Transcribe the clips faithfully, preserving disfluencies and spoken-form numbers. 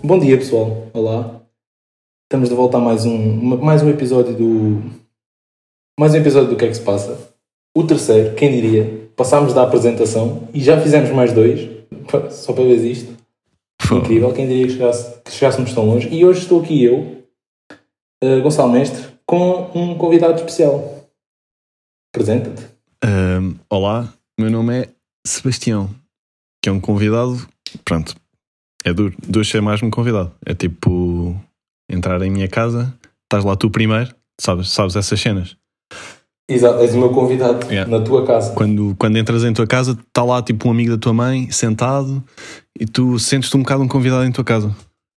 Bom dia, pessoal. Olá. Estamos de volta a mais um, mais um episódio do... Mais um episódio do Que é que se passa? O terceiro, quem diria? Passámos da apresentação e já fizemos mais dois. Só para ver isto. Foi. Incrível. Quem diria que, chegasse, que chegássemos tão longe. E hoje estou aqui eu, uh, Gonçalo Mestre, com um convidado especial. Apresenta-te. Um, olá, meu nome é Sebastião, que é um convidado, pronto, é duro, duro ser mais um convidado. É tipo entrar em minha casa, estás lá tu primeiro, sabes, sabes essas cenas. Exato, és o meu convidado, yeah. Na tua casa. Quando, quando entras em tua casa, está lá tipo um amigo da tua mãe, sentado, e tu sentes-te um bocado um convidado em tua casa.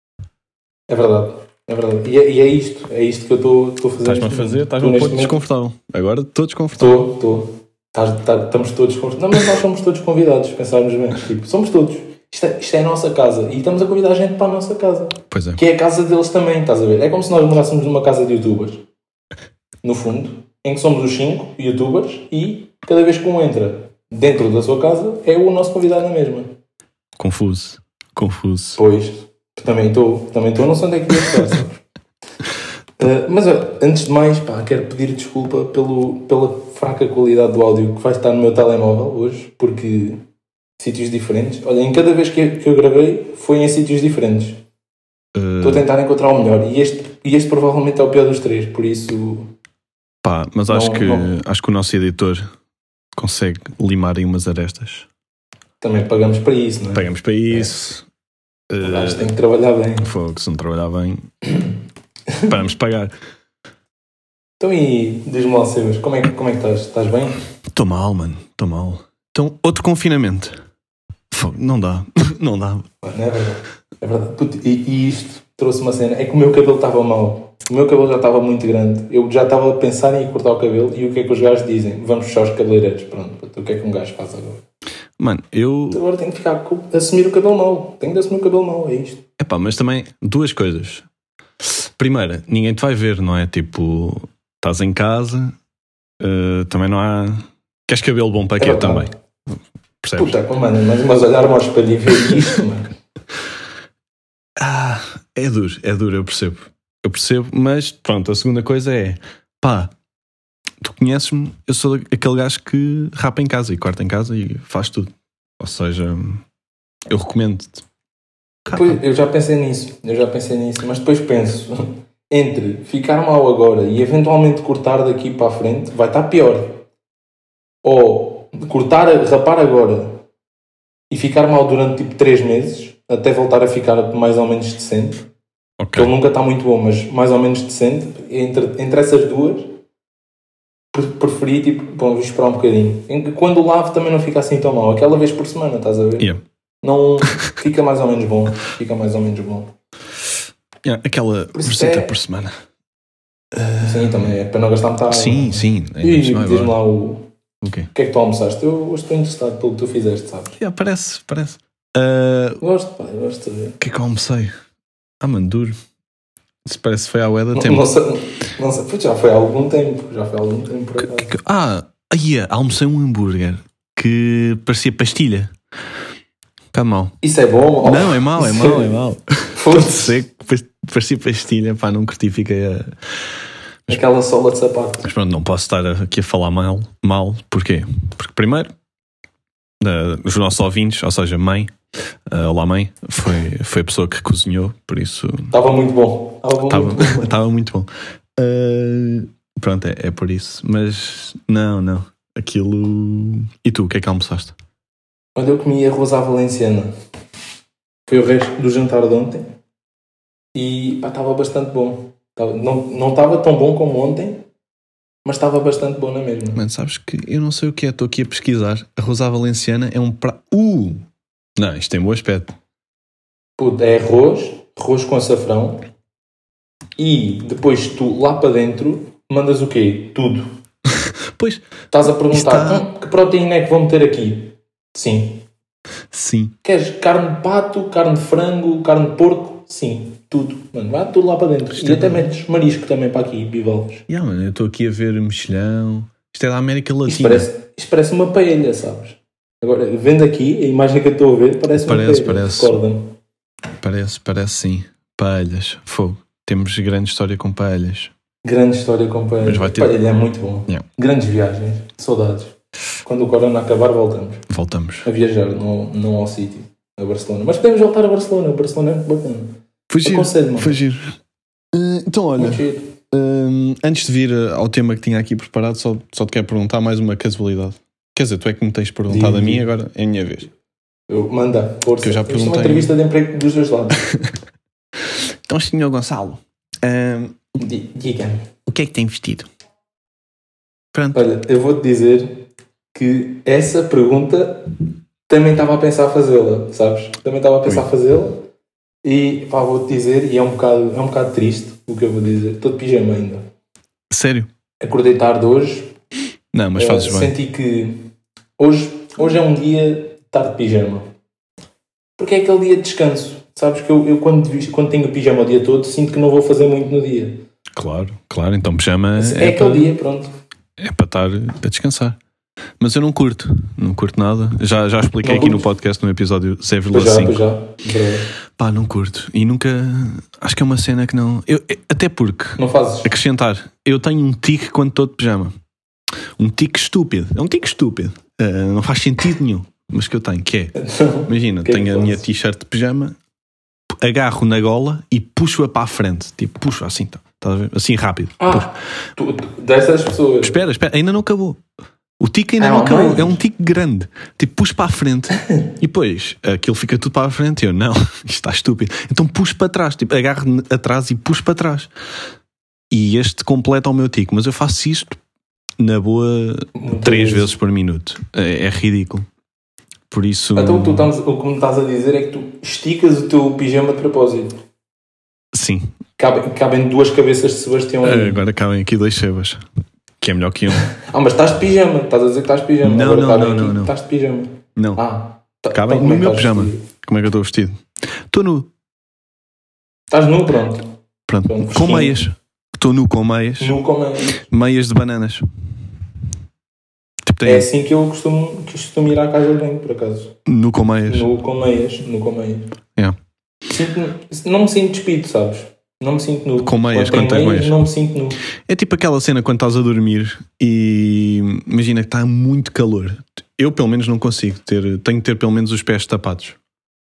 É verdade, é verdade. E é, e é isto, é isto que eu estou a fazer. Estás-me a fazer, estás-me um pouco desconfortável. Agora estou desconfortável. Estou, estou. Estamos todos convidados. Não, mas nós somos todos convidados, pensarmos bem. Tipo, somos todos. Isto é, isto é a nossa casa. E estamos a convidar a gente para a nossa casa. Pois é. Que é a casa deles também, estás a ver? É como se nós morássemos numa casa de youtubers. No fundo. Em que somos os cinco youtubers e cada vez que um entra dentro da sua casa é o nosso convidado na mesma. Confuso. Confuso. Pois. Também estou. Também estou. Não sei onde é que ia estar. Uh, mas uh, antes de mais, pá, quero pedir desculpa pelo, pela fraca qualidade do áudio que vai estar no meu telemóvel hoje, porque sítios diferentes. Olha, em cada vez que eu, que eu gravei foi em sítios diferentes. Uh... Estou a tentar encontrar o melhor e este, e este provavelmente é o pior dos três, por isso... Pá, mas não, acho, que, não. acho que o nosso editor consegue limar aí umas arestas. Também pagamos para isso, não é? Pagamos para isso. É. Uh... Acho que tem que trabalhar bem. Fogo, se não trabalhar bem... Vamos pagar. Então e diz-me lá, Sebas, como é, como é que estás? Estás bem? Estou mal, mano, estou mal. Então, outro confinamento. Fogo, não dá, não dá. Não é verdade, é verdade. Puto, e, e isto trouxe uma cena, é que o meu cabelo estava mal. O meu cabelo já estava muito grande. Eu já estava a pensar em ir cortar o cabelo e o que é que os gajos dizem? Vamos fechar os cabeleireiros. Pronto, puto, o que é que um gajo faz agora? Mano, eu... Agora tenho que ficar com, assumir o cabelo mau. Tenho de assumir o cabelo mau, é isto. Epá, mas também, duas coisas. Primeira, ninguém te vai ver, não é? Tipo, estás em casa, uh, também não há... Queres cabelo bom para quê é também? Percebes? Puta, mano, mas, mas olhar-me ao espelho e ver isto, mano. Ah, é duro, é duro, eu percebo. Eu percebo, mas pronto, a segunda coisa é... Pá, tu conheces-me, eu sou aquele gajo que rapa em casa e corta em casa e faz tudo. Ou seja, eu recomendo-te. Depois, eu já pensei nisso, eu já pensei nisso, mas depois penso, entre ficar mal agora e eventualmente cortar daqui para a frente, vai estar pior. Ou cortar, rapar agora e ficar mal durante tipo três meses, até voltar a ficar mais ou menos decente. Okay. Ele nunca está muito bom, mas mais ou menos decente. Entre, entre essas duas, preferi tipo, bom, vou esperar um bocadinho. Quando o lavo também não fica assim tão mal, aquela vez por semana, estás a ver? Yeah. Não fica mais ou menos bom. Fica mais ou menos bom. Yeah, aquela receita é... por semana. Sim, também é para não gastar metade. Sim, sim. É e diz-me lá o... O quê? O que é que tu almoçaste? Eu hoje estou interessado pelo que tu fizeste, sabes? Yeah, parece, parece. Uh... Gosto, pá, gosto de ver. O que é que eu almocei? Ah, mano, duro. Isso parece que foi há ué da não, tempo. Não sei, não sei, já foi há algum tempo. Já foi há algum tempo, por acaso. Que, que, ah, aí, almocei um hambúrguer que parecia pastilha. Está mal. Isso é bom? Oh, não, é mau, é mau, é mau. Todo seco, parecia pastilha, pá, não curti, fiquei a... Mas, aquela sola de sapato. Mas pronto, não posso estar aqui a falar mal, mal, porquê? Porque primeiro, uh, os nossos ouvintes, ou seja, mãe, uh, olá mãe, foi, foi a pessoa que cozinhou, por isso... Estava muito bom. Estava muito bom. Estava muito bom. Uh, pronto, é, é por isso. Mas, não, não, aquilo... E tu, o que é que almoçaste? Olha, eu comi arroz à valenciana. Foi o resto do jantar de ontem. E pá, estava bastante bom. Tava, não, não estava tão bom como ontem, mas estava bastante bom na mesma. Mano, sabes que eu não sei o que é, estou aqui a pesquisar. Arroz à valenciana é um prato... Uh! Não, isto tem bom aspecto. Puta, é arroz, arroz com açafrão. E depois tu, lá para dentro, mandas o quê? Tudo. Pois. Estás a perguntar, está... hum, que proteína é que vão meter aqui? Sim. Sim. Queres carne de pato, carne de frango, carne de porco? Sim, tudo. Mano, vai tudo lá para dentro. Isto e é até bom. Metes marisco também para aqui, bivalves. Yeah, mano, eu estou aqui a ver mexilhão. Isto é da América Latina. Isto parece, isto parece uma paella, sabes? Agora, vendo aqui, a imagem que eu estou a ver, parece, parece uma paella. Parece, Recorda-me. Parece, parece sim. Paelhas, fogo. Temos grande história com paelhas. Grande história com paelha. Mas vai ter- Paelha é muito bom. Yeah. Grandes viagens, saudades. Quando o corona acabar, voltamos Voltamos. a viajar, não, não ao sítio, a Barcelona. Mas podemos voltar a Barcelona, o Barcelona é muito bacana. Fugir, Aconselho, mano. fugir. Uh, então, olha, Muito giro. uh, antes de vir uh, ao tema que tinha aqui preparado, só, só te quero perguntar mais uma casualidade. Quer dizer, tu é que me tens perguntado Diz, a mim, diz. agora é a minha vez. Eu, manda, força. Que eu já Isto é uma perguntei. entrevista de emprego dos dois lados. Então, senhor Gonçalo, uh, Di- Diga-me. o que é que tem vestido? Pronto. Olha, eu vou-te dizer que essa pergunta também estava a pensar fazê-la, sabes? Também estava a pensar Ui. fazê-la e pá, vou-te dizer, e é um bocado, é um bocado triste o que eu vou dizer. Estou de pijama ainda. Sério? Acordei tarde hoje. Não, mas eh, fazes bem. Senti que hoje, hoje é um dia de estar de pijama. Porque é aquele dia de descanso. Sabes que eu, eu quando, quando tenho pijama o dia todo, sinto que não vou fazer muito no dia. Claro, claro. Então pijama É, é, aquele para, dia, pronto. é para estar a descansar. Mas eu não curto. Não curto nada. Já, já expliquei Não aqui no curtes? podcast no episódio zero Pois vírgula já, pois cinco. já. Verdade. Pá, não curto. E nunca... Acho que é uma cena que não... Eu, eu- até porque... Não fazes? Acrescentar, eu tenho um tique quando estou de pijama. Um tique estúpido. É um tique estúpido. Uh, não faz sentido nenhum. Mas que eu tenho, que é... Imagina, Que é que tenho a minha fazes? t-shirt de pijama, agarro na gola e puxo-a para a frente. Tipo, puxo assim, tá, estás a ver? Assim rápido. Puxo. Ah, tu, tu, dessas pessoas. Espera, espera, ainda não acabou. O tique ainda Ah, não não, acabou. mas- É um tique grande. Tipo, puxo para a frente e depois aquilo fica tudo para a frente. E eu, não, isto está estúpido. Então puxo para trás. Tipo, agarro atrás e puxo para trás. E este completa o meu tique. Mas eu faço isto na boa Muitas três vezes. vezes por minuto. É, é ridículo. Por isso. Então tu estás, o que me estás a dizer é que tu esticas o teu pijama de propósito. Sim. Cabem, cabem duas cabeças de Sebastião aí. Agora cabem aqui dois sebas. Que é melhor que um. Ah, mas estás de pijama. Estás a dizer que estás de pijama. Não, Agora não, cabem não, aqui não, que não. Estás de pijama. Não. Ah. tá- Cabem então como no é que meu estás pijama. vestido? Como é que eu estou vestido? Estou nu. Estás nu, pronto. Pronto. Pronto, Com fresquinho. meias. Estou nu com meias. Nu como é. Meias de bananas. Tipo, tem É assim que eu costumo, que costumo ir à casa de banho, por acaso. nu com meias. Nu com meias. Nu com meias. Yeah. Sinto-me- não me sinto despido, sabes? Não me sinto nu. Com meias, Quando quando tenho tens meias. não me sinto nu. É tipo aquela cena quando estás a dormir e imagina que está muito calor. Eu pelo menos não consigo ter, tenho que ter pelo menos os pés tapados.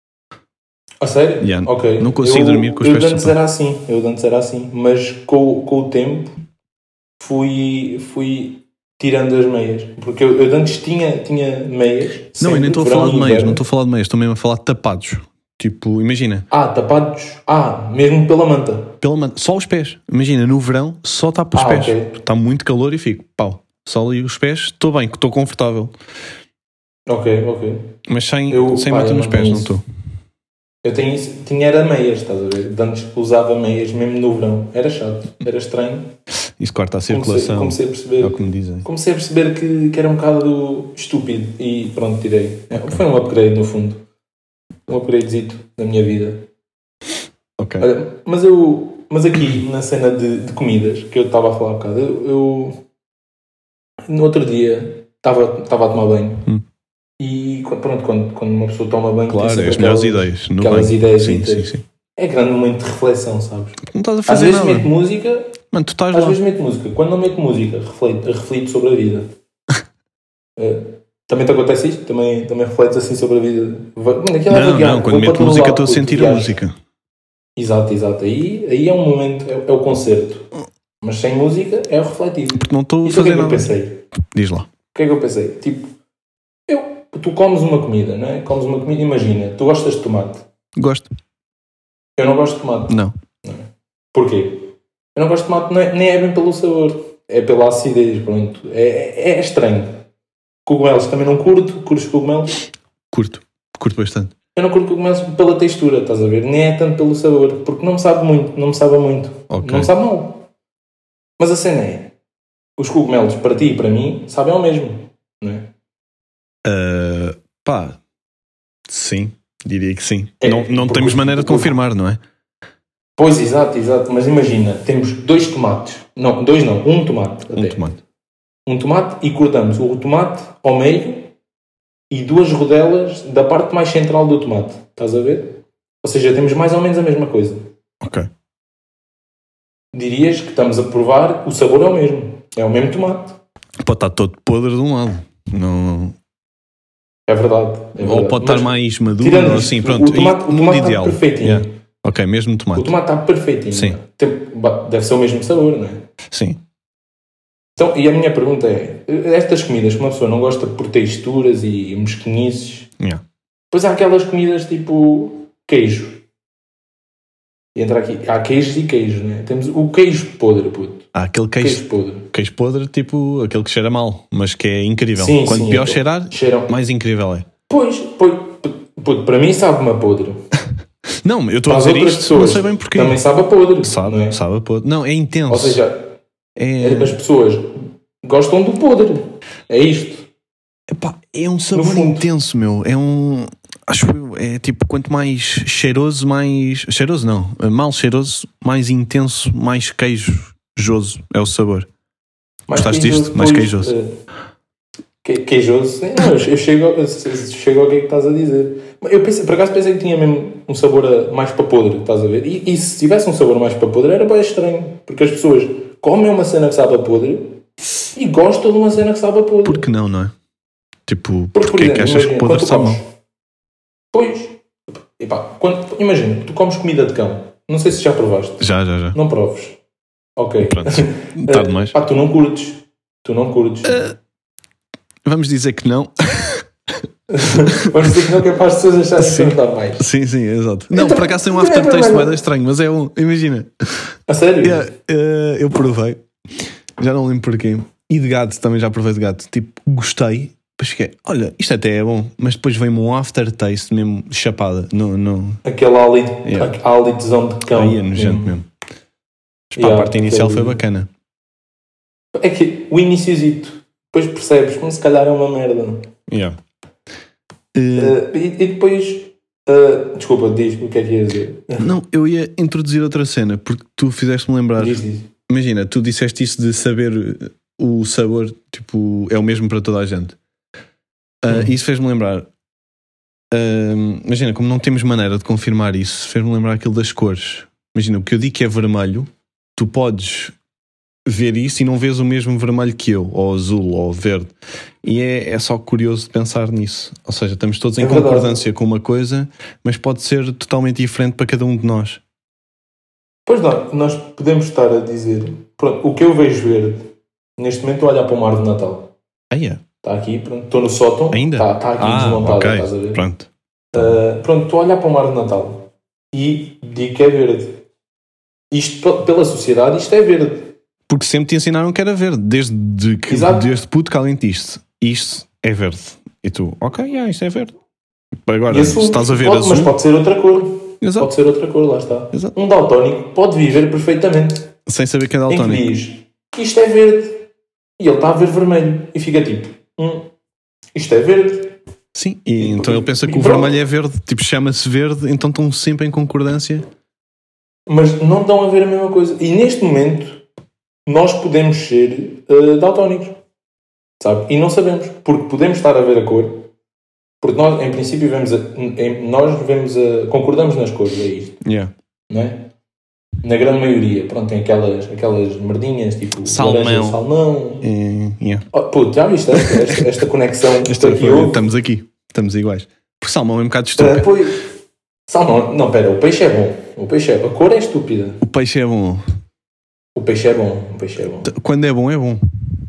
A sério? Yeah, Ok. não consigo eu, dormir com os eu pés de antes tapados. era assim, eu de antes era assim, mas com, com o tempo fui, fui tirando as meias. Porque eu, eu de antes tinha, tinha meias. Não, eu sempre, nem estou a verão falar de e meias, inverno. não estou a falar de meias, estou mesmo a falar de tapados. Tipo, imagina, Ah, tapados. Ah, mesmo pela manta. pela man- só os pés. Imagina, no verão só tapo os Ah, pés. ok. Está muito calor e fico, pau, só ali os pés, estou bem, estou confortável. Ok, ok. Mas sem, Eu, sem pá, manta eu nos não pés, tenho não isso. estou. Eu tenho isso, tinha era meias, estás a ver? De antes usava meias mesmo no verão. Era chato, era estranho. Isso corta a Comecei, circulação. comecei a perceber. É o que me dizem. Comecei a perceber que, que era um bocado estúpido e pronto, tirei. É, Foi um upgrade no fundo. Um upgradezito da minha vida. Ok. Olha, mas eu. Mas aqui na cena de, de comidas que eu estava a falar um bocado, eu, eu no outro dia estava estava a tomar banho Hum. e qu- pronto, quando, quando uma pessoa toma banho tem Claro, é sempre as melhores aquelas- ideias. No aquelas banho. ideias Sim, ditas. sim, sim. É grande momento de reflexão, sabes? Não estás a Às fazer vezes nada. meto música, Mano, tu estás às lá. vezes meto música. Quando não meto música, reflito, reflito sobre a vida. Eh, também te acontece isto? Também, também refletes assim sobre a vida? Vai- Mano, aquilo é Não, vaguear, não, quando vou para meto todo música lado, estou a puto, sentir a viajo. música. Exato, exato. Aí, aí é um momento, é, é o concerto. Mas sem música é o refletivo. Porque não estou a Isso o que fazer é que eu nada. pensei? Diz lá. O que é que eu pensei? Tipo, eu, tu comes uma comida, não é? Comes uma comida, imagina, tu gostas de tomate. Gosto. Eu não gosto de tomate. Não. Porquê? Eu não gosto de tomate, não é- nem é bem pelo sabor, é pela acidez, pronto. É, é, é estranho. Cogumelos também não curto, curto cogumelos. Curto. Curto bastante. Eu não curto cogumelos pela textura, estás a ver? Nem é tanto pelo sabor, porque não me sabe muito, não me sabe muito. Ok. Não me sabe mal. Mas a cena é, os cogumelos para ti e para mim sabem ao mesmo, não é? Ah, pá. Sim. Diria que sim. É, não não porque- temos maneira de porque- confirmar, não é? Pois, exato, exato. Mas imagina, temos dois tomates. Não, dois não, um tomate. Um até. tomate. Um tomate e cortamos o tomate ao meio e duas rodelas da parte mais central do tomate. Estás a ver? Ou seja, temos mais ou menos a mesma coisa. Ok. Dirias que estamos a provar, o sabor é o mesmo. É o mesmo tomate. Pode estar todo podre de um lado. Não... É verdade. É Ou verdade. pode estar Mas, mais maduro, tirando ou isto, assim, pronto. O tomate, E o mundo tomate está ideal. perfeitinho. Yeah. Ok, mesmo tomate. O tomate está perfeitinho. Sim. Tem- Deve ser o mesmo sabor, não é? Sim. Então, e a minha pergunta é, estas comidas que uma pessoa não gosta por texturas e mosquinices, Yeah. depois há aquelas comidas tipo queijo. E entra aqui, há queijos e queijos, não é? Temos o queijo podre, puto. Há aquele Queijo queijo, podre. queijo podre, tipo aquele que cheira mal, mas que é incrível. Sim, Quanto sim, pior é- cheirar, Cheiram. mais incrível é. Pois, pois, puto, para mim sabe-me a podre. Não, eu estou a Para as dizer outras isto, pessoas não sei bem porquê. também sabe a podre. Sabe, não é? sabe a podre. Não, é intenso. Ou seja, é... as pessoas gostam do podre. É isto. Epá, é um sabor fundo. intenso, meu. É um. Acho eu, é tipo, quanto mais cheiroso, mais. Cheiroso não. Mal cheiroso, mais intenso, mais queijoso é o sabor. Mais Gostaste queijoso, disto? Mais pois, queijoso. eh, que, queijoso? Não, eu eu chego, eu chego ao que é que estás a dizer. Eu pensei, por acaso pensei que tinha mesmo um sabor a- mais para podre, estás a ver? E, e se tivesse um sabor mais para podre era bem estranho. Porque as pessoas comem uma cena que sabe a podre e gostam de uma cena que sabe a podre. Por que não, não é? Tipo, Porque, por porque é que exemplo, achas que imagina, podre quando tu sabe comes- mal? Pois. Epá, quando, imagina, tu comes comida de cão. Não sei se já provaste. Já, já, já. Não proves. Ok. Pronto. Tarde demais. Pá, tu não curtes. Tu não curtes. Vamos dizer que não. Vamos dizer que não, que é para as pessoas acharem Sim. que não dá mais. Sim, sim, exato. Não, Então, por acaso tem um também é aftertaste vermelho. bem estranho, mas é um. Imagina. A sério? Yeah, eh, eu provei, já não lembro porquê. E de gato também já provei de gato. Tipo, gostei. Depois fiquei, olha, isto até é bom. Mas depois veio-me um aftertaste mesmo chapada. No, no... Aquele hálito, Yeah. a- hálitozão de cão. Aí é nojento mesmo. Mas pá, Yeah, a parte inicial aquele- foi bacana. É que o iniciozito, depois percebes, como se calhar é uma merda. Yeah. Eh, Uh, e, e depois, uh, desculpa, diz-me o que é que ia dizer. não, eu ia introduzir outra cena, porque tu fizeste-me lembrar. Diz, diz. Imagina, tu disseste isso de saber o sabor, tipo, é o mesmo para toda a gente. Uh, Hum. Isso fez-me lembrar. uh, imagina, como não temos maneira de confirmar isso, fez-me lembrar aquilo das cores. Imagina, o que eu digo que é vermelho, tu podes ver isso e não vês o mesmo vermelho que eu, ou azul, ou verde. E é, é só curioso de pensar nisso. Ou seja, estamos todos em É verdade. concordância com uma coisa, mas pode ser totalmente diferente para cada um de nós. Pois não, nós podemos estar a dizer, pronto, o que eu vejo verde, neste momento estou a olhar para uma árvore de Natal. Ah, yeah. Está aqui, pronto, estou no sótão. Ainda? Está, está aqui Ah, desmontada, ok. estás a ver? Pronto. Uh, pronto, estou a olhar para uma árvore de Natal e digo que é verde. Isto, pe- pela sociedade, isto é verde. Porque sempre te ensinaram que era verde, desde, que, Exato. desde puto que alguém te disse isto é verde. E tu, ok, yeah, isto é verde. Agora, E azul, se estás a ver pode, azul, Mas pode ser outra cor. exato, Pode ser outra cor, lá está. exato. Um daltónico pode viver perfeitamente. Sem saber que é Em que daltónico. diz que isto é verde. E ele está a ver vermelho. E fica tipo, hum, isto é verde. Sim, e então ele pensa que E o pronto. vermelho é verde, tipo, chama-se verde, então estão sempre em concordância. Mas não estão a ver a mesma coisa. E neste momento, nós podemos ser uh, daltónicos. Sabe? E não sabemos. Porque podemos estar a ver a cor. Porque nós, em princípio, vemos a, em- nós vemos a, concordamos nas cores. É isto. Yeah. Não é? Na grande maioria. Pronto, tem aquelas, aquelas merdinhas, tipo Salmão. laranja, salmão. E, yeah. Oh, puto, já viste esta, esta, esta conexão que Esta aqui foi- houve? estamos aqui, estamos iguais. Porque salmão é um bocado Ah, estúpido. pois. Salmão, não, pera, o peixe é bom. O peixe é, a cor é estúpida. O peixe é bom. O peixe é bom. O peixe é bom. Quando é bom, é bom.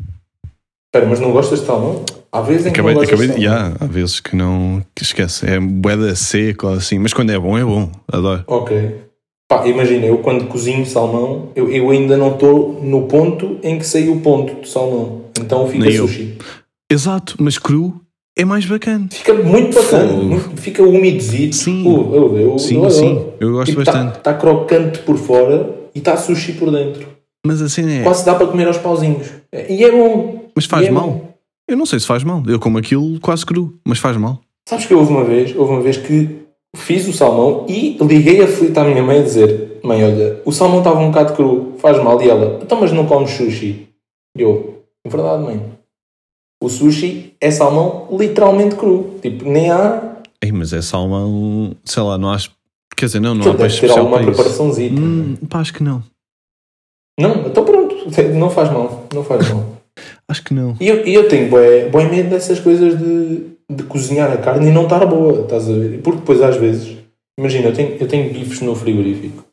Pera, mas não gostas de salmão? Há vezes em que Acabei, não gostas acabei, de salmão. yeah, há vezes que não, que esquece. É boeda seca ou assim, mas quando é bom, é bom. Adoro. Ok. Pá, imagina, eu quando cozinho salmão, eu, eu ainda não estou no ponto em que saiu o ponto do salmão. Então fica Nem eu. sushi. Exato, mas cru é mais bacana. Fica muito bacana. Fogo. Muito- fica umidozito. Sim. Uh, eu, eu, Sim, eu adoro. sim, eu gosto bastante. Está crocante por fora e está sushi por dentro. Mas assim é. Quase dá para comer aos pauzinhos. E é bom. Mas faz E é mal. bom. Eu não sei se faz mal. Eu como aquilo quase cru, mas faz mal. Sabes que houve uma vez, houve uma vez que fiz o salmão e liguei aflito à minha mãe a dizer: mãe, olha, o salmão estava um bocado cru, faz mal. E ela: então, mas não comes sushi? E eu: verdade, mãe. O sushi é salmão literalmente cru. Tipo, nem há. Ei, mas é salmão, sei lá, não acho. Quer dizer, não, não Então há peixe deve ter especial alguma para isso. preparaçãozita. Hum, pá, acho que não. Não, então pronto, não faz mal, não faz mal. Acho que não. E eu, e eu tenho bué, bué medo dessas coisas de, de cozinhar a carne e não estar boa, estás a ver? Porque depois às vezes, imagina, eu tenho, eu tenho bifes no frigorífico,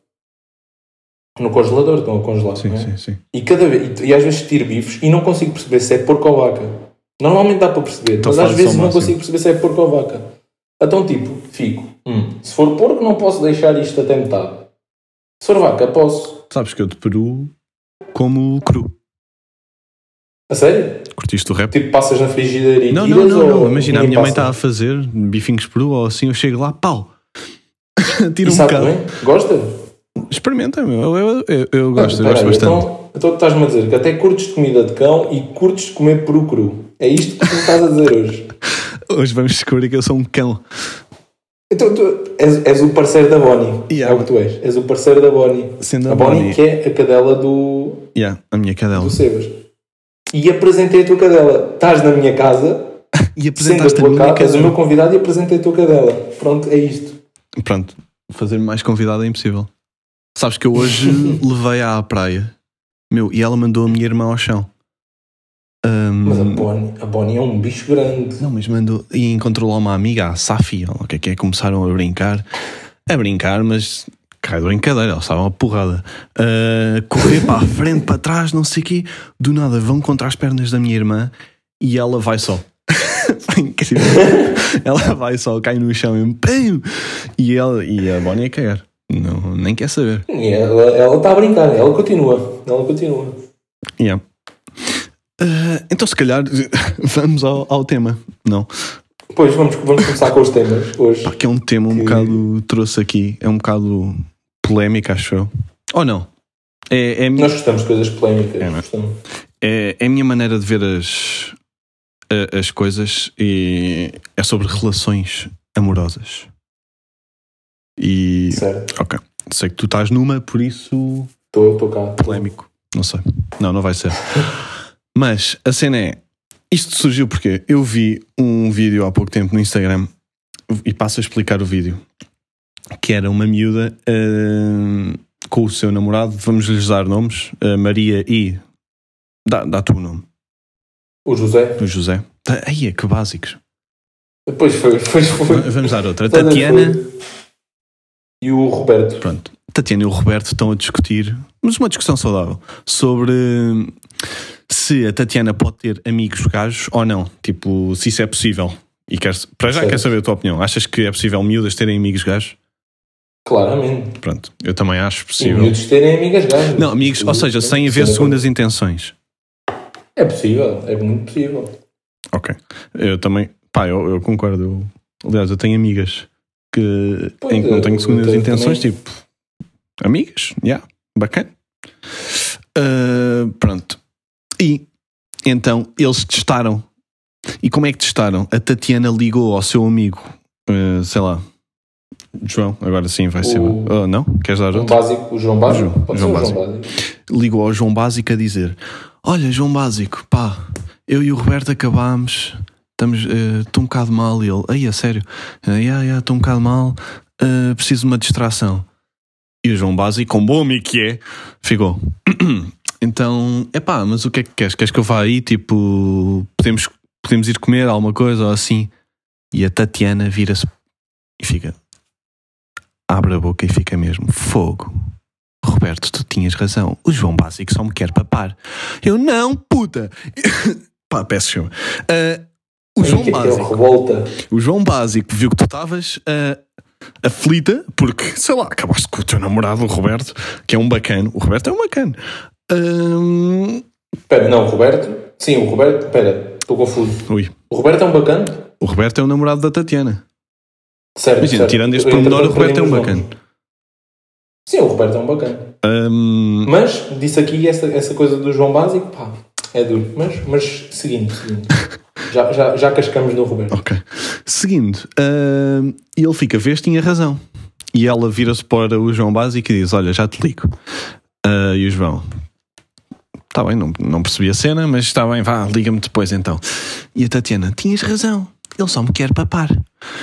no congelador, estão a congelar, Sim, não é? sim, sim. E, cada vez, e, e às vezes tiro bifes e não consigo perceber se é porco ou vaca. Normalmente dá para perceber, Então mas às faz vezes ao não máximo. consigo perceber se é porco ou vaca. Então tipo, fico, hum, se for porco não posso deixar isto até metade. Se for vaca, posso. Sabes que eu de Peru como cru. A sério? Curtiste o rap? Tipo, passas na frigideira e Não, não, tiras não, ou não. Imagina, a nem minha mãe passas? está a fazer bifinhos Peru ou assim, eu chego lá, pau. Tiro E um sabe bocado. bem? Gosta? Experimenta, meu. Eu, eu, eu, eu gosto, eu Ah, gosto peraí, bastante. Então, então estás-me a dizer que até curtes de comida de cão e curtes de comer peru cru. É isto que tu me estás a dizer hoje. Hoje vamos descobrir que eu sou um cão. Então tu és, és o parceiro da Bonnie. Yeah. É o que tu és. És o parceiro da Bonnie. Sendo a a Bonnie, Bonnie. que é a cadela do, Yeah, a minha cadela. do Sebas. E apresentei a tua cadela. Estás na minha casa, E sendo a apresentaste a tua minha casa, és o meu cadela. convidado e apresentei a tua cadela. Pronto, é isto. Pronto, fazer mais convidado é impossível. Sabes que eu hoje levei-a à praia, meu, e ela mandou a minha irmã ao chão. Ahm, Mas a Bonnie, a Bonnie é um bicho grande. Não, mas mandou. E encontrou lá uma amiga, a Safi, ou lá o que é que é, começaram a brincar. A brincar, mas cai de brincadeira, eles estavam uma porrada. A correr para a frente, para trás, não sei o quê. Do nada vão contra as pernas da minha irmã e ela vai só. Foi incrível. Ela vai só, cai no chão e pum! E, ela, e a Bonnie a cagar. Não, nem quer saber. E ela, ela está a brincar, ela continua. Ela continua. Yeah. Uh, então, se calhar, vamos ao, ao tema. Não. Pois, vamos, vamos começar com os temas hoje. Pá, que é um tema um Que- bocado. Trouxe aqui. É um bocado polémico, acho eu. Ou não? É, é, a minha- Nós gostamos de coisas polémicas. É, não é? gostamos. é, é a minha maneira de ver as, a- as coisas e é sobre relações amorosas. E. Certo. Ok. Sei que tu estás numa, por isso. Estou cá. Polémico. Não sei. Não, não vai ser. Mas a cena é. Isto surgiu porque eu vi um vídeo há pouco tempo no Instagram e passo a explicar o vídeo. Que era uma miúda hum, com o seu namorado. Vamos lhes dar nomes. a Maria e. Dá, dá tu o nome. O José. O José. Tá, aí é que básicos. Depois foi. Depois foi. Vamos dar outra. A Todas Tatiana. foi. E o Roberto. Pronto. A Tatiana e o Roberto estão a discutir, mas uma discussão saudável, sobre se a Tatiana pode ter amigos gajos ou não. Tipo, se isso é possível. E queres, para já Certo. quero saber a tua opinião. Achas que é possível miúdas terem amigos gajos? Claramente. Pronto, eu também acho E possível. miúdos terem amigas gajas. Não, amigos, ou seja, sem haver segundas intenções. É possível. É muito possível. Ok. Eu também, pá, eu, eu concordo. Eu, aliás, eu tenho amigas que, Pois, em que não eu- tenho eu segundas tenho intenções, também. tipo, amigas, já, yeah, bacana. Ah, pronto. E então eles testaram. E como é que testaram? A Tatiana ligou ao seu amigo, ah, sei lá, João, agora sim vai ser. O- Oh, não? Queres dar Um outro? básico. O João Básico. João- Pode João ser o João Básico. Ligou ao João Básico a dizer: olha, João Básico, pá, eu e o Roberto acabámos, estamos, estou um bocado mal. E ele: aí, a sério? Estou uh, yeah, yeah, um bocado mal, uh, preciso de uma distração. E o João Básico, com bom amigo que é, ficou: então, é pá, mas o que é que queres? Queres que eu vá aí? Tipo, podemos, podemos ir comer alguma coisa ou assim? E a Tatiana vira-se e fica, abre a boca e fica mesmo: fogo. Roberto, tu tinhas razão. O João Básico só me quer papar. Eu não, puta. Pá, peço desculpa. Uh, o João Que é Básico. revolta. O João Básico viu que tu estavas uh, aflita porque, sei lá, acabaste com o teu namorado, o Roberto, que é um bacano. O Roberto é um bacano. Um... Espera, não, o Roberto. Sim, o Roberto. Espera, estou confuso. Ui. O Roberto é um bacana? O Roberto é o namorado da Tatiana. Certo. Imagina, certo. tirando este Eu pormenor, o entretanto Roberto é um perdi-me os bacano. nomes. Sim, o Roberto é um bacana. Um... Mas, disse aqui essa, essa coisa do João Básico, pá, é duro. Mas, mas seguindo, seguindo. Já, já, já cascamos no Roberto. Ok. Seguindo, uh, ele fica, vês, tinha razão. E ela vira-se para o João Básico e diz: olha, já te ligo. Uh, e o João: está bem, não, não percebi a cena, mas está bem, vá, liga-me depois então. E a Tatiana: tinhas razão, ele só me quer papar.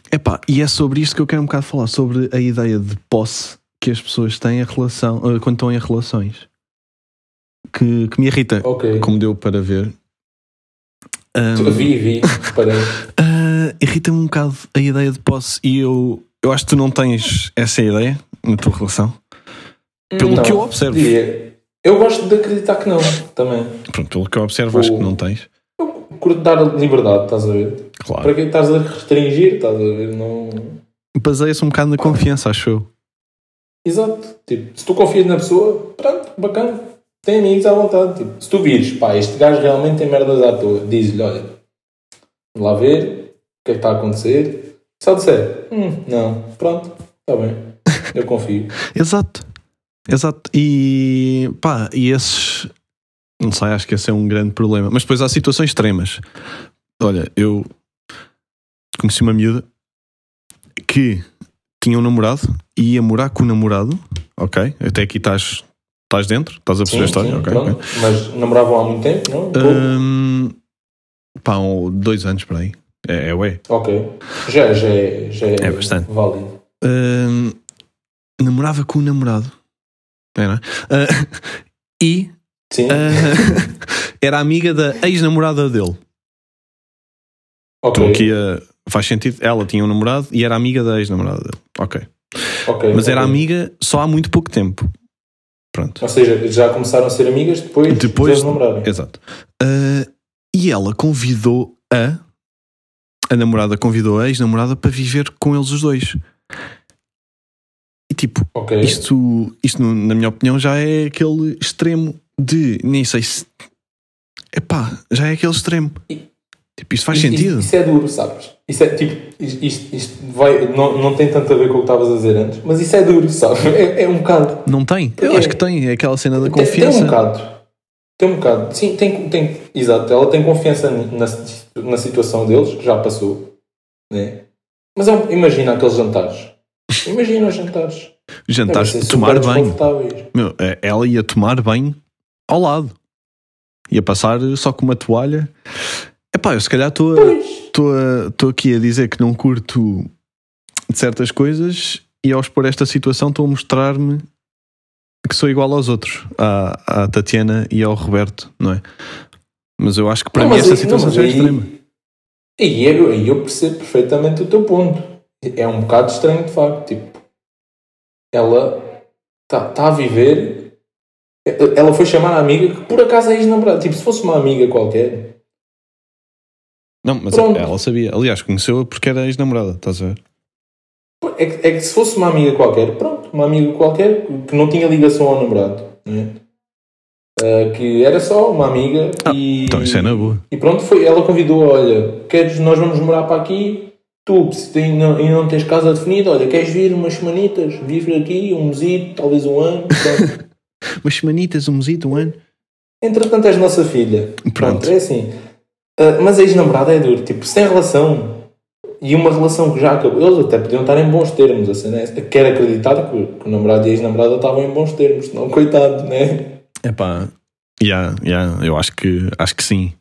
Epá, e é sobre isto que eu quero um bocado falar, sobre a ideia de posse que as pessoas têm a relação, uh, quando estão em relações. Que, que me irrita, Ok. como deu para ver. Um, Vi, vi, parei. uh, irrita-me um bocado a ideia de posse. E eu, eu acho que tu não tens essa ideia na tua relação. Pelo Não, que eu observo. diria. Eu gosto de acreditar que não, também. Pronto, pelo que eu observo, acho O- que não tens. Eu curto dar liberdade, estás a ver? Claro. Para que estás a restringir, estás a ver? Não... Baseia-se um bocado na confiança, acho eu. Exato. Tipo, se tu confias na pessoa, pronto, bacana. Tem amigos à vontade. Tipo, se tu vires, pá, este gajo realmente tem merdas à toa, diz-lhe, olha, vamos lá ver o que é que está a acontecer. Só disser, hum, não, pronto, está bem, eu confio. Exato. Exato. E pá, e esses. Não sei, acho que esse é um grande problema. Mas depois há situações extremas. Olha, eu conheci uma miúda que tinha um namorado e ia morar com o namorado. Ok? Até aqui estás, estás dentro, estás a perceber a história. Sim, Ok, pronto. ok. Mas namoravam há muito tempo, não? Pouco. Hum, pá, um, dois anos por aí. É, é ué. Ok. Já, já, é- já é, É bastante. válido. Hum, namorava com o namorado. É, não é? Ah, e Sim, ah, era amiga da ex-namorada dele. ok. Estou aqui a. Faz sentido. Ela tinha um namorado e era amiga da ex-namorada dele. Ok. ok, Mas era ok. amiga só há muito pouco tempo. Pronto. Ou seja, já começaram a ser amigas depois, Depois. de eles namorarem. Exato. Ah, e ela convidou a. A namorada convidou a ex-namorada para viver com eles os dois. E tipo, Ok. isto, isto na minha opinião, já é aquele extremo de. Nem sei se. Epá, já é aquele extremo. E- Tipo, isto faz Isto- sentido. Isso, isso é duro, sabes? Isso é tipo, isto, isto- isto vai, não, não tem tanto a ver com o que estavas a dizer antes, mas isso é duro, sabes? É, é um bocado. Não tem? Eu É. acho que tem. É aquela cena da Tem, tem confiança. um bocado. Tem um bocado. Sim, tem, tem, exato. Ela tem confiança na, na situação deles, que já passou, né? Mas é um- imagina aqueles jantares. Imagina os jantares. Jantares, Devem ser tomar super banho. desconfortáveis. Meu, eh, ela ia tomar banho ao lado. Ia passar só com uma toalha. Epá, eu se calhar estou a- Pois. estou a- estou aqui a dizer que não curto de certas coisas e ao expor esta situação estou a mostrar-me que sou igual aos outros, à, à Tatiana e ao Roberto, não é? Mas eu acho que para Não, mim mas esta aí- situação não, mas já é aí- extrema. E eu, aí eu percebo perfeitamente o teu ponto. É um bocado estranho, de facto. Tipo, ela está tá a viver. Ela foi chamar a amiga que por acaso é ex-namorada. Tipo, se fosse uma amiga qualquer. Não, mas Pronto. ela sabia. Aliás, conheceu-a porque era ex-namorada, estás a ver? É que, é que se fosse uma amiga qualquer, pronto, uma amiga qualquer que não tinha ligação ao namorado, né? Ah, que era só uma amiga e. Então isso é na boa. E pronto, foi, ela convidou, olha, queres, nós vamos morar para aqui, tu, se tem, não, e não tens casa definida, olha, queres vir umas semanitas, viver aqui, um mesito, talvez um ano, pronto. Umas semanitas, um mesito, um ano. Entretanto és nossa filha. Pronto. Pronto, é assim. Ah, mas a ex-namorada é duro, tipo, se tem relação, e uma relação que já acabou, eles até podiam estar em bons termos, assim, né? Quero acreditar que, que o namorado e a ex-namorada estavam em bons termos, senão, coitado, né? Epá, yeah, yeah, eu acho que, acho que sim.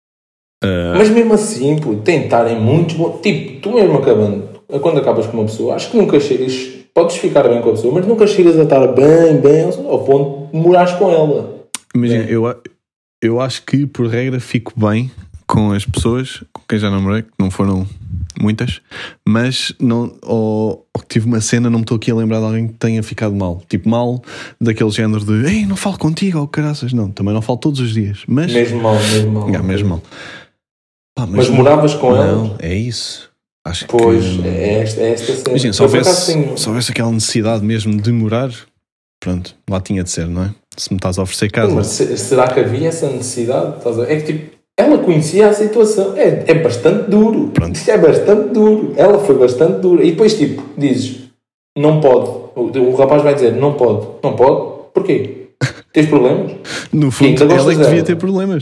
Ah, Mas mesmo assim, pô, tem de estar em muitos bons. Tipo, tu mesmo acabando, quando acabas com uma pessoa, acho que nunca chegas. Podes ficar bem com a pessoa, mas nunca chegas a estar bem, bem, ao ponto de morares com ela. Imagina, É. eu, a- eu acho que por regra fico bem com as pessoas com quem já namorei, que não foram muitas, mas não, ou, ou que tive uma cena, não me estou aqui a lembrar de alguém que tenha ficado mal. Tipo, mal daquele género de ei, não falo contigo, ou caraças. Não, também não falo todos os dias, mas. Mesmo mal, mesmo mal. Yeah, mesmo mal. Pá, Mas moravas com não, ela? é isso. Acho Pois, que. é esta, é esta cena. Imagina, se Eu, por acaso, houvesse, tenho- se houvesse aquela necessidade mesmo de morar, pronto, lá tinha de ser, não é? Se me estás a oferecer casa. Mas se- será que havia essa necessidade? Estás a ver? É que tipo, ela conhecia a situação. É, é bastante duro. Pronto. Isto é bastante duro. Ela foi bastante dura. E depois, tipo, dizes, não pode. O, o rapaz vai dizer, não pode. Não pode? Porquê? Tens problemas? No fundo, ainda ela é gostas que devia dela? ter problemas.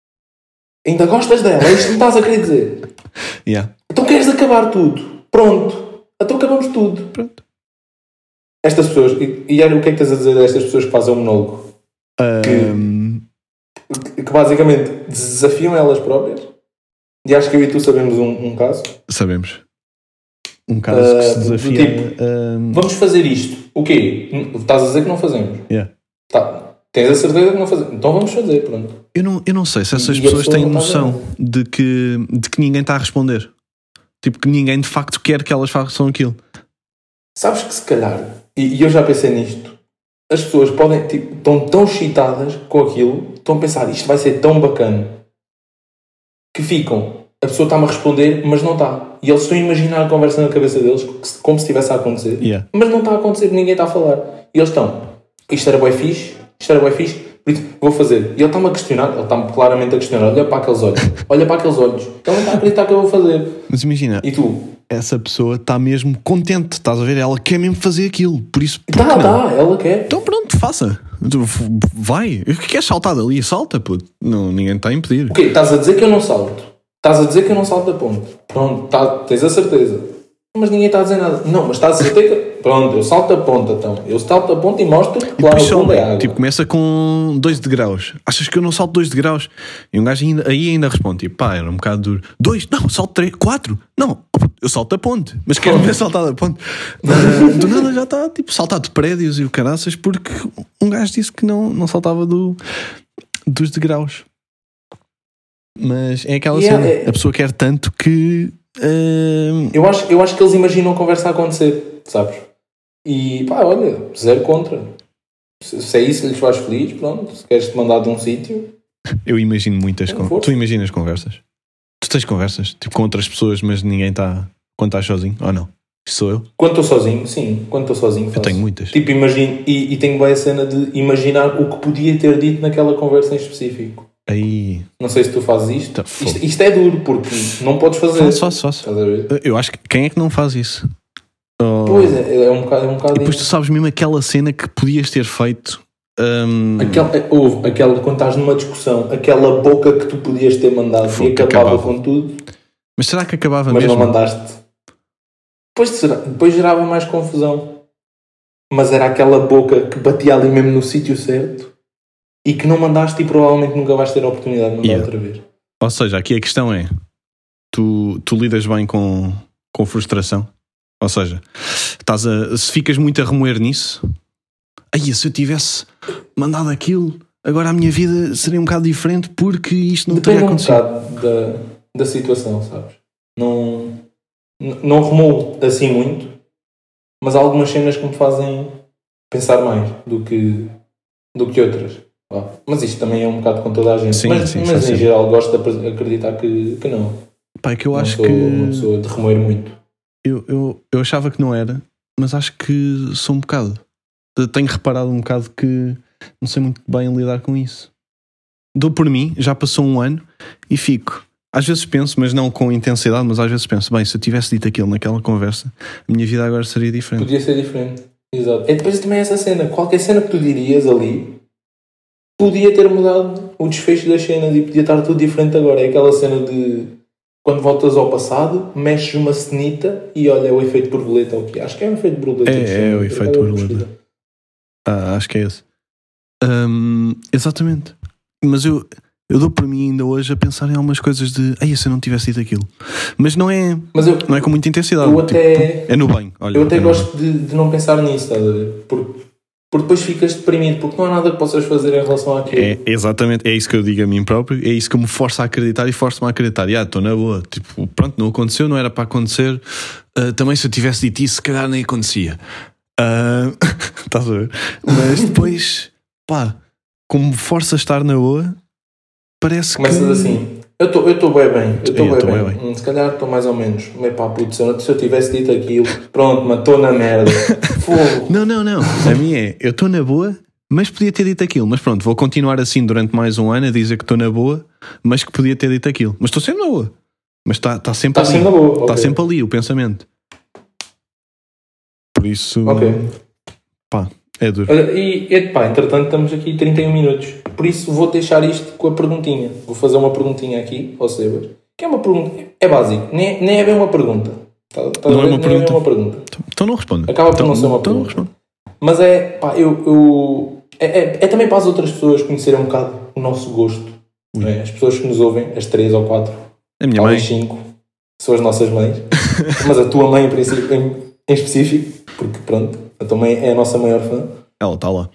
Ainda gostas dela? É isto que me estás a querer dizer? Yeah. Então queres acabar tudo? Pronto. Então acabamos tudo. Pronto. Estas pessoas, e, e olha o que é que tens a dizer destas pessoas que fazem o monólogo? Ahm, Que, que basicamente desafiam elas próprias. E acho que eu e tu sabemos um, um caso. sabemos. Um caso que se Uh, desafia. tipo, um, vamos fazer isto. O quê? Estás a dizer que não fazemos? yeah. Tá. Tens a certeza que não fazemos? Então vamos fazer, pronto. eu, não, eu não sei se essas E- e a pessoas pessoa têm não está noção de que, de que ninguém está a responder. Tipo, que ninguém de facto quer que elas façam aquilo. Sabes que se calhar, e, e eu já pensei nisto, as pessoas podem, tipo, estão tão excitadas com aquilo, estão a pensar, isto vai ser tão bacana, que ficam, a pessoa está-me a responder, mas não está. E eles estão a imaginar a conversa na cabeça deles, como se estivesse a acontecer, Yeah. mas não está a acontecer, ninguém está a falar. E eles estão, isto era bué fixe, isto era bué fixe, por isso vou fazer. E ele está-me a questionar, ele está-me claramente a questionar, olha para aqueles olhos, olha para aqueles olhos, ele não está a acreditar que eu vou fazer. Mas imagina, E tu? essa pessoa está mesmo contente, estás a ver? Ela quer mesmo fazer aquilo, por isso. por Tá, que não? tá, ela quer. Então pronto, faça. Tu, f- Vai. Queres saltar dali? Salta, puto. Não, ninguém está a impedir. O quê? Estás a dizer que eu não salto? Estás a dizer que eu não salto da ponte? Pronto, tá, tens a certeza. Mas ninguém está a dizer nada. Não, mas estás a certeza que... Pronto, eu salto da ponta então. Eu salto da ponta e mostro que E lá depois no fundo é sobe, água. tipo, começa com dois degraus. Achas que eu não salto dois degraus? E um gajo ainda, aí ainda responde, tipo, pá, era um bocado duro. Dois? Não, salto três. Quatro? Não, eu salto da ponte. Mas quero ver saltar da ponte. Uh, do nada já está, tipo, saltar de prédios e o caraças, porque um gajo disse que não, não saltava do, dos degraus. Mas é aquela Yeah, cena. é- A pessoa quer tanto que... uh, Eu acho, eu acho que eles imaginam a conversa a acontecer, sabes? E pá, olha, zero contra. Se, se é isso que lhes faz feliz, pronto. Se queres te mandar de um sítio... eu imagino muitas Tem conversas. força. Tu imaginas conversas? Tu tens conversas? Tipo, com outras pessoas, mas ninguém está... Quando estás sozinho? Ou não? Isso sou eu? Quando estou sozinho, sim. Quando estou sozinho Eu faço. tenho muitas. Tipo, imagino... E, e tenho bem a cena de imaginar o que podia ter dito naquela conversa em específico. Aí... Não sei se tu fazes isto. Tá, fogo. Isto, isto é duro, porque não podes fazer. Faço, faço, faço. Estás a ver? Eu acho que quem é que não faz isso? Oh, Pois é, é um bocado, é um bocado e depois tu isso. sabes mesmo aquela cena que podias ter feito. hum, Aquela, houve aquela, quando estás numa discussão, aquela boca que tu podias ter mandado Fogo, e que acabava acabava. com tudo, Mas será que acabava mas mesmo? não mandaste. Depois, será- depois gerava mais confusão. Mas era aquela boca que batia ali mesmo no sítio certo e que não mandaste e provavelmente nunca vais ter a oportunidade de mandar Yeah. outra vez. Ou seja, aqui a questão é: tu, tu lidas bem com, com frustração? Ou seja, estás a, se ficas muito a remoer nisso, aí se eu tivesse mandado aquilo, agora a minha vida seria um bocado diferente porque isto não Depende teria um acontecido. bocado da, da situação, sabes? Não, n- não remoo assim muito, mas há algumas cenas que me fazem pensar mais do que, do que outras. Vá. Mas isto também é um bocado com toda a gente. Sim, mas sim, mas faz em sentido. geral gosto de apre- acreditar que, que não. Pá, é que eu não acho sou que. uma pessoa de remoer muito. Eu, eu, eu achava que não era, mas acho que sou um bocado. Tenho reparado um bocado que não sei muito bem lidar com isso. Dou por mim, já passou um ano e fico. Às vezes penso, mas não com intensidade, mas às vezes penso, bem, se eu tivesse dito aquilo naquela conversa, a minha vida agora seria diferente. Podia ser diferente. Exato. É depois também essa cena. Qualquer cena que tu dirias ali podia ter mudado o desfecho das cenas e podia estar tudo diferente agora. É aquela cena de quando voltas ao passado, mexes uma cenita e olha, é o efeito borboleta ou o quê? Acho que é o efeito borboleta. É, que é chama. o efeito Acaba por borboleta. pesquisar. Ah, acho que é esse. Hum, exatamente. Mas eu, eu dou por mim ainda hoje a pensar em algumas coisas de ai, se eu não tivesse dito aquilo. Mas não é, Mas eu, não é com muita intensidade. eu tipo, até, é no bem. Olha, eu até é no gosto de, de não pensar nisso, estás a ver? Porque, porque depois ficas deprimido, porque não há nada que possas fazer em relação àquilo. É, exatamente, é isso que eu digo a mim próprio, é isso que me força a acreditar e força-me a acreditar. Já, estou na boa, tipo, pronto, não aconteceu, não era para acontecer. Uh, também se eu tivesse dito isso, se calhar nem acontecia. Uh, estás a ver? Mas depois, pá, como me força a estar na boa, parece Começas que. assim, eu estou eu estou bem bem, eu estou Eu bem tô bem, bem bem. Hum, se calhar estou mais ou menos, mas pá, putz, se eu se eu tivesse dito aquilo, pronto, mas estou na merda, fogo. Não, não, não. A minha é, eu estou na boa, mas podia ter dito aquilo. Mas pronto, vou continuar assim durante mais um ano a dizer que estou na boa, mas que podia ter dito aquilo. Mas estou sempre na boa. Mas está tá sempre Está ali. sempre na boa, Está ok. sempre ali o pensamento. Por isso, Ok. pá, é duro. Olha, e epá, entretanto estamos aqui trinta e um minutos, por isso vou deixar isto com a perguntinha. Vou fazer uma perguntinha aqui ao Sebas, que é uma pergunta, é básico, nem, nem é bem uma pergunta. Tá, tá a Não é ver? uma Nem pergunta. É uma pergunta. Então não responde. Acaba por então, não ser uma então não pergunta. responde. Mas é, pá, eu, eu é, é, é também para as outras pessoas conhecerem um bocado o nosso gosto. Não é? As pessoas que nos ouvem, as três ou quatro, A minha mãe. talvez cinco, são as nossas mães. Mas a tua mãe, em, princípio, em, em específico, porque pronto, a tua mãe é a nossa maior fã. Ela está lá.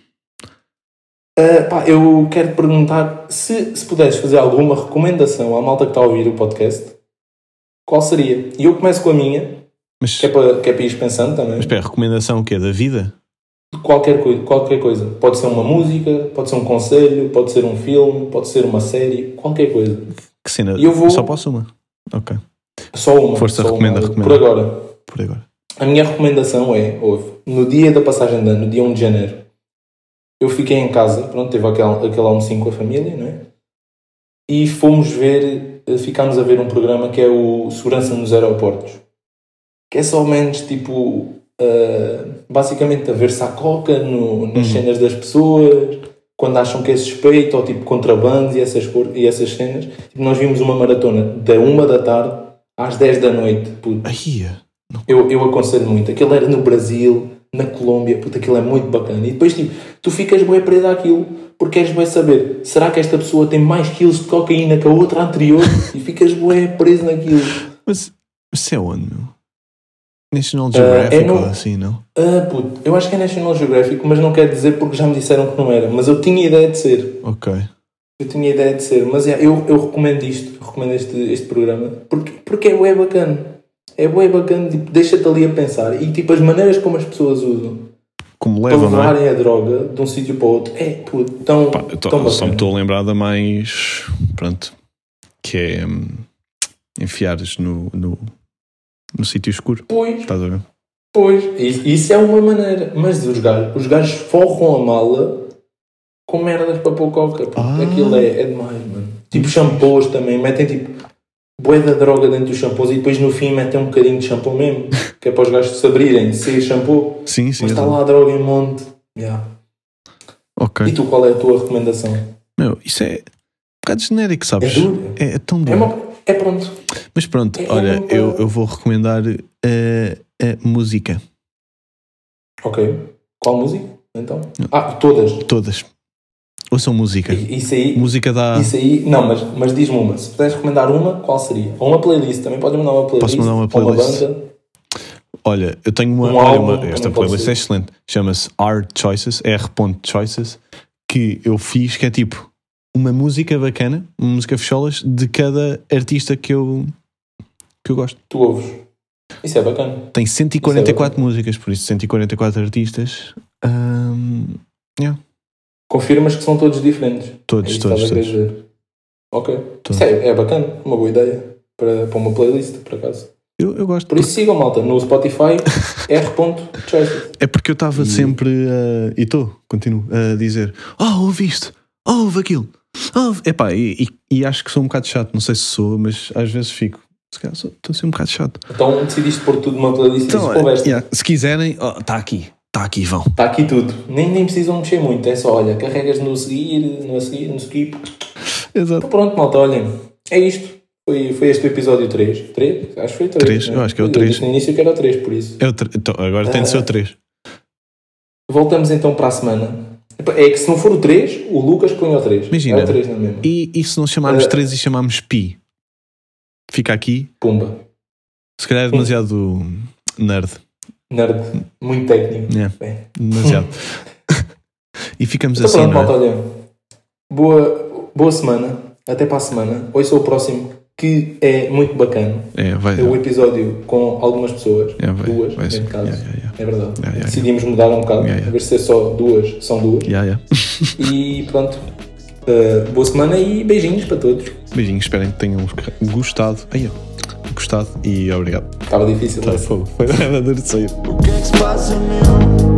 Uh, pá, eu quero te perguntar se, se puderes fazer alguma recomendação à malta que está a ouvir o podcast, qual seria? E eu começo com a minha, Mas, que é para, que é para ires pensando também. mas espera, recomendação o quê? Da vida? Qualquer coisa, qualquer coisa. Pode ser uma música, pode ser um conselho, pode ser um filme, pode ser uma série, qualquer coisa. Que cena? E eu vou- Só posso uma? Ok. Só uma. Força, só recomenda, uma, recomenda. Por agora. Por agora. A minha recomendação é, houve, no dia da passagem de ano, no dia um de janeiro, eu fiquei em casa, pronto, teve aquele, aquele almocinho com a família, não é? E fomos ver, ficámos a ver um programa que é o Segurança nos Aeroportos. Que é só ou menos, tipo, uh, basicamente a ver-se à coca no, nas Uhum. cenas das pessoas, quando acham que é suspeito, ou tipo contrabandos e essas, cor- e essas cenas. Tipo, nós vimos uma maratona da uma da tarde às dez da noite, puto. Aí, Eu, eu aconselho muito. Aquilo era no Brasil, na Colômbia, puto, aquilo é muito bacana. E depois, tipo, tu ficas bem preso àquilo, porque queres bem saber, será que esta pessoa tem mais quilos de cocaína que a outra anterior? E ficas bem preso naquilo. mas isso é onde, meu? National Geographic é no- ou assim, não? Ah, puto, eu acho que é National Geographic, mas não quero dizer porque já me disseram que não era. Mas eu tinha ideia de ser. Ok. Eu tinha ideia de ser. Mas é, eu, eu recomendo isto. Eu recomendo este, este programa. Porque, porque é bué bacana. É bué bacana. Tipo, deixa-te ali a pensar. E tipo, as maneiras como as pessoas usam Como para levam, não é? levarem a droga de um sítio para o outro. É, puto, tão, Pá, eu tô- tão só me bacana. estou a lembrar da mais. Pronto. Que é. hum, enfiares no, no, no sítio escuro. Pois, Estás a ver? pois. Isso, isso é uma maneira. Mas os gajos, os gajos forram a mala com merdas para pôr coca. Puto. Ah. Aquilo é, é demais, mano. Tipo shampoos também. Metem tipo bué da droga dentro dos shampoos e depois no fim metem um bocadinho de shampoo mesmo. Que é para os gajos se abrirem, ser shampoo. Sim, sim. Mas está exato. lá a droga em monte. Yeah. Ok. E tu, qual é a tua recomendação? Meu, isso é um bocado genérico, É sabes? duro. É, é tão duro. É, uma, é pronto. Mas pronto, É olha, uma- eu, eu vou recomendar a, a música. Ok. Qual música? Então? Ah, todas. Todas. Ouçam música. I- Isso aí. Música dá. Isso aí. Não, mas, mas diz-me uma. Se puderes recomendar uma, qual seria? Ou uma playlist. Também podes mandar uma playlist. Posso mandar uma ou playlist. banda. Olha, eu tenho uma. Um olha, álbum, uma- também esta pode playlist ser. é excelente. Chama-se R Choices, R. Choices, que eu fiz, que é tipo uma música bacana, uma música fecholas de cada artista que eu, que eu gosto. Tu ouves. Isso é bacana. Tem cento e quarenta e quatro músicas, por isso cento e quarenta e quatro artistas. Hum, yeah, Confirmas que são todos diferentes. todos, É isso todos, que estás a todos. querer dizer. Ok. Todos. Isso é, é bacana. Uma boa ideia. Para, para uma playlist, por acaso. Eu, eu gosto. Por isso sigam, malta. No Spotify, R. Choices. É porque eu estava E- sempre a. E estou, continuo, a dizer: Oh, ouve isto, oh, ouve aquilo. Oh, epá, e, e, e acho que sou um bocado chato, não sei se sou, mas às vezes fico. Se calhar sou- estou a ser um bocado chato. Então decidiste pôr tudo numa playlist Então, e disse, "Pô, yeah, se quiserem, está aqui, está aqui, vão. está aqui tudo. Nem, nem precisam mexer muito. É só, olha, carregas no seguir, no a seguir, no skip. Exato. Então pronto, malta, olhem. É isto. Foi, foi este o episódio três. três? Acho que foi três. Três, né? eu acho que é o Eu três. disse no início que era o três, por isso. É o tre- então, agora tem de ser o três. Voltamos então para a semana. É que se não for o três, o Lucas põe o três. Imagina. É o três, não é mesmo? E, e se não chamarmos Eh, três e chamarmos pi? Fica aqui. Pumba. Se calhar é demasiado nerd. Nerd. Muito técnico. Yeah, Bem. demasiado. E ficamos Então assim, pronto, não é? malta, olha. Boa, boa semana. Até para a semana. Hoje sou o próximo, que é muito bacana. É, vai. É o episódio com algumas pessoas. É, vai, duas, vai ser. neste caso. Yeah, yeah, yeah. É verdade. Yeah, yeah, Decidimos mudar um bocado. Yeah, yeah. A ver se é só duas, são duas. Yeah, yeah. E pronto. Uh, boa semana e beijinhos para todos. Beijinhos, esperem que tenham gostado. Ai, gostado e obrigado. Estava difícil. Tá, né? fogo. Foi nada duro de sair. O que é que se passa, meu?